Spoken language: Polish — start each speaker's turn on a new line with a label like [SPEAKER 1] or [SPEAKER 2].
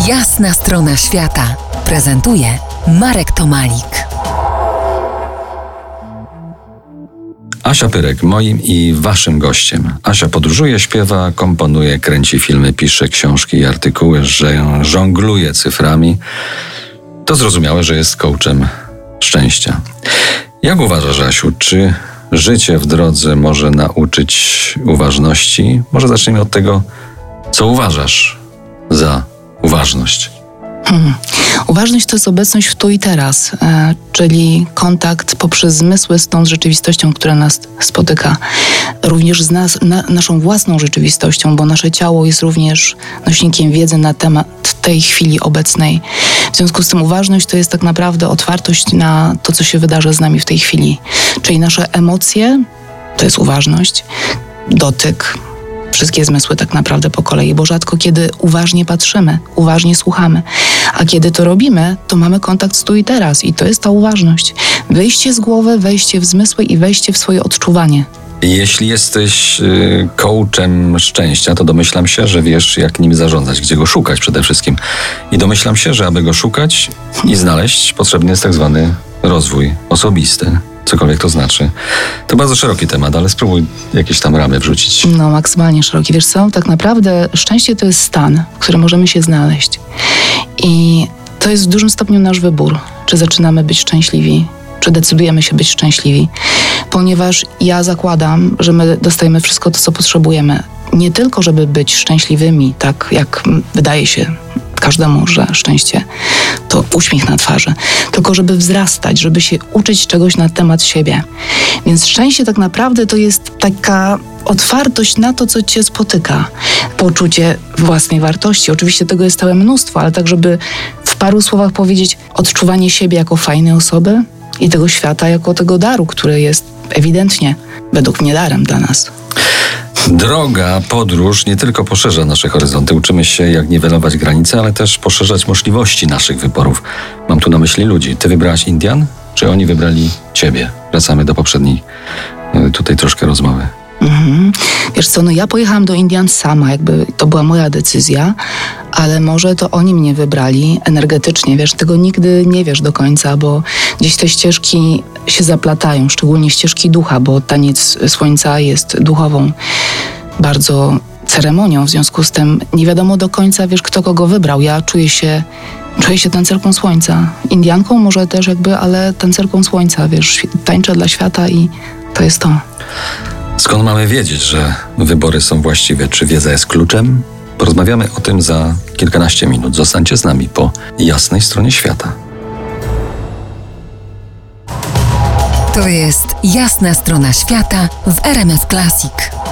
[SPEAKER 1] Jasna strona świata prezentuje Marek Tomalik.
[SPEAKER 2] Asia Pyrek, moim i waszym gościem. Asia podróżuje, śpiewa, komponuje, kręci filmy, pisze książki i artykuły, żongluje cyframi. To zrozumiałe, że jest coachem szczęścia. Jak uważasz, Asiu, czy życie w drodze może nauczyć uważności? Może zacznijmy od tego, co uważasz za uważność.
[SPEAKER 3] Uważność to jest obecność w tu i teraz, czyli kontakt poprzez zmysły z tą rzeczywistością, która nas spotyka. Również z naszą własną rzeczywistością, bo nasze ciało jest również nośnikiem wiedzy na temat tej chwili obecnej. W związku z tym uważność to jest tak naprawdę otwartość na to, co się wydarza z nami w tej chwili. Czyli nasze emocje to jest uważność, dotyk, wszystkie zmysły tak naprawdę po kolei, bo rzadko kiedy uważnie patrzymy, uważnie słuchamy. A kiedy to robimy, to mamy kontakt z tu i teraz i to jest ta uważność. Wejście z głowy, wejście w zmysły i wejście w swoje odczuwanie.
[SPEAKER 2] Jeśli jesteś coachem szczęścia, to domyślam się, że wiesz, jak nim zarządzać, gdzie go szukać przede wszystkim. I domyślam się, że aby go szukać i znaleźć, potrzebny jest tak zwany rozwój osobisty. Cokolwiek to znaczy. To bardzo szeroki temat, ale spróbuj jakieś tam ramy wrzucić.
[SPEAKER 3] No, maksymalnie szeroki. Wiesz co, tak naprawdę szczęście to jest stan, w którym możemy się znaleźć. I to jest w dużym stopniu nasz wybór, czy zaczynamy być szczęśliwi, czy decydujemy się być szczęśliwi. Ponieważ ja zakładam, że my dostajemy wszystko to, co potrzebujemy. Nie tylko, żeby być szczęśliwymi, tak jak wydaje się każdemu, że szczęście to uśmiech na twarzy, tylko żeby wzrastać, żeby się uczyć czegoś na temat siebie. Więc szczęście tak naprawdę to jest taka otwartość na to, co cię spotyka. Poczucie własnej wartości. Oczywiście tego jest całe mnóstwo, ale tak, żeby w paru słowach powiedzieć, odczuwanie siebie jako fajnej osoby i tego świata jako tego daru, który jest ewidentnie, według mnie, darem dla nas.
[SPEAKER 2] Droga, podróż nie tylko poszerza nasze horyzonty. Uczymy się, jak niwelować granice, ale też poszerzać możliwości naszych wyborów. Mam tu na myśli ludzi. Ty wybrałaś Indian, czy oni wybrali ciebie? Wracamy do poprzedniej tutaj troszkę rozmowy.
[SPEAKER 3] Wiesz co, ja pojechałam do Indian sama, jakby to była moja decyzja, ale może to oni mnie wybrali energetycznie, wiesz, tego nigdy nie wiesz do końca, bo gdzieś te ścieżki się zaplatają, szczególnie ścieżki ducha, bo taniec słońca jest duchową bardzo ceremonią, w związku z tym nie wiadomo do końca, wiesz, kto kogo wybrał. Ja czuję się tancerką słońca, Indianką może też jakby, ale tancerką słońca, wiesz, tańczę dla świata i to jest to.
[SPEAKER 2] Skąd mamy wiedzieć, że wybory są właściwe? Czy wiedza jest kluczem? Porozmawiamy o tym za kilkanaście minut. Zostańcie z nami po jasnej stronie świata.
[SPEAKER 1] To jest Jasna strona świata w RMS Classic.